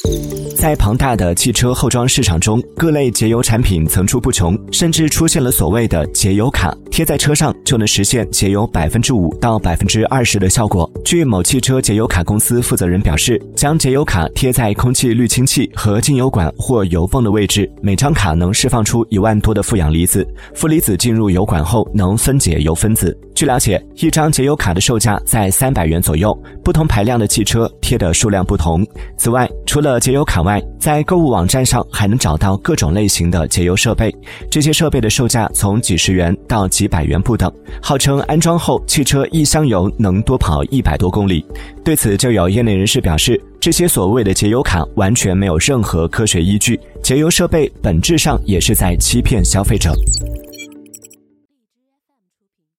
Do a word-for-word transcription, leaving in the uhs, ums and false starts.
在庞大的汽车后装市场中，各类节油产品层出不穷，甚至出现了所谓的节油卡，贴在车上就能实现节油 百分之五 到 百分之二十 的效果。据某汽车节油卡公司负责人表示，将节油卡贴在空气滤清器和进油管或油泵的位置，每张卡能释放出一万多的负氧离子，负离子进入油管后能分解油分子。据了解，一张节油卡的售价在三百元左右，不同排量的汽车贴的数量不同。此外，除了节油卡外，在购物网站上还能找到各种类型的节油设备，这些设备的售价从几十元到几百元不等，号称安装后汽车一箱油能多跑一百多公里。对此，就有业内人士表示，这些所谓的节油卡完全没有任何科学依据，节油设备本质上也是在欺骗消费者。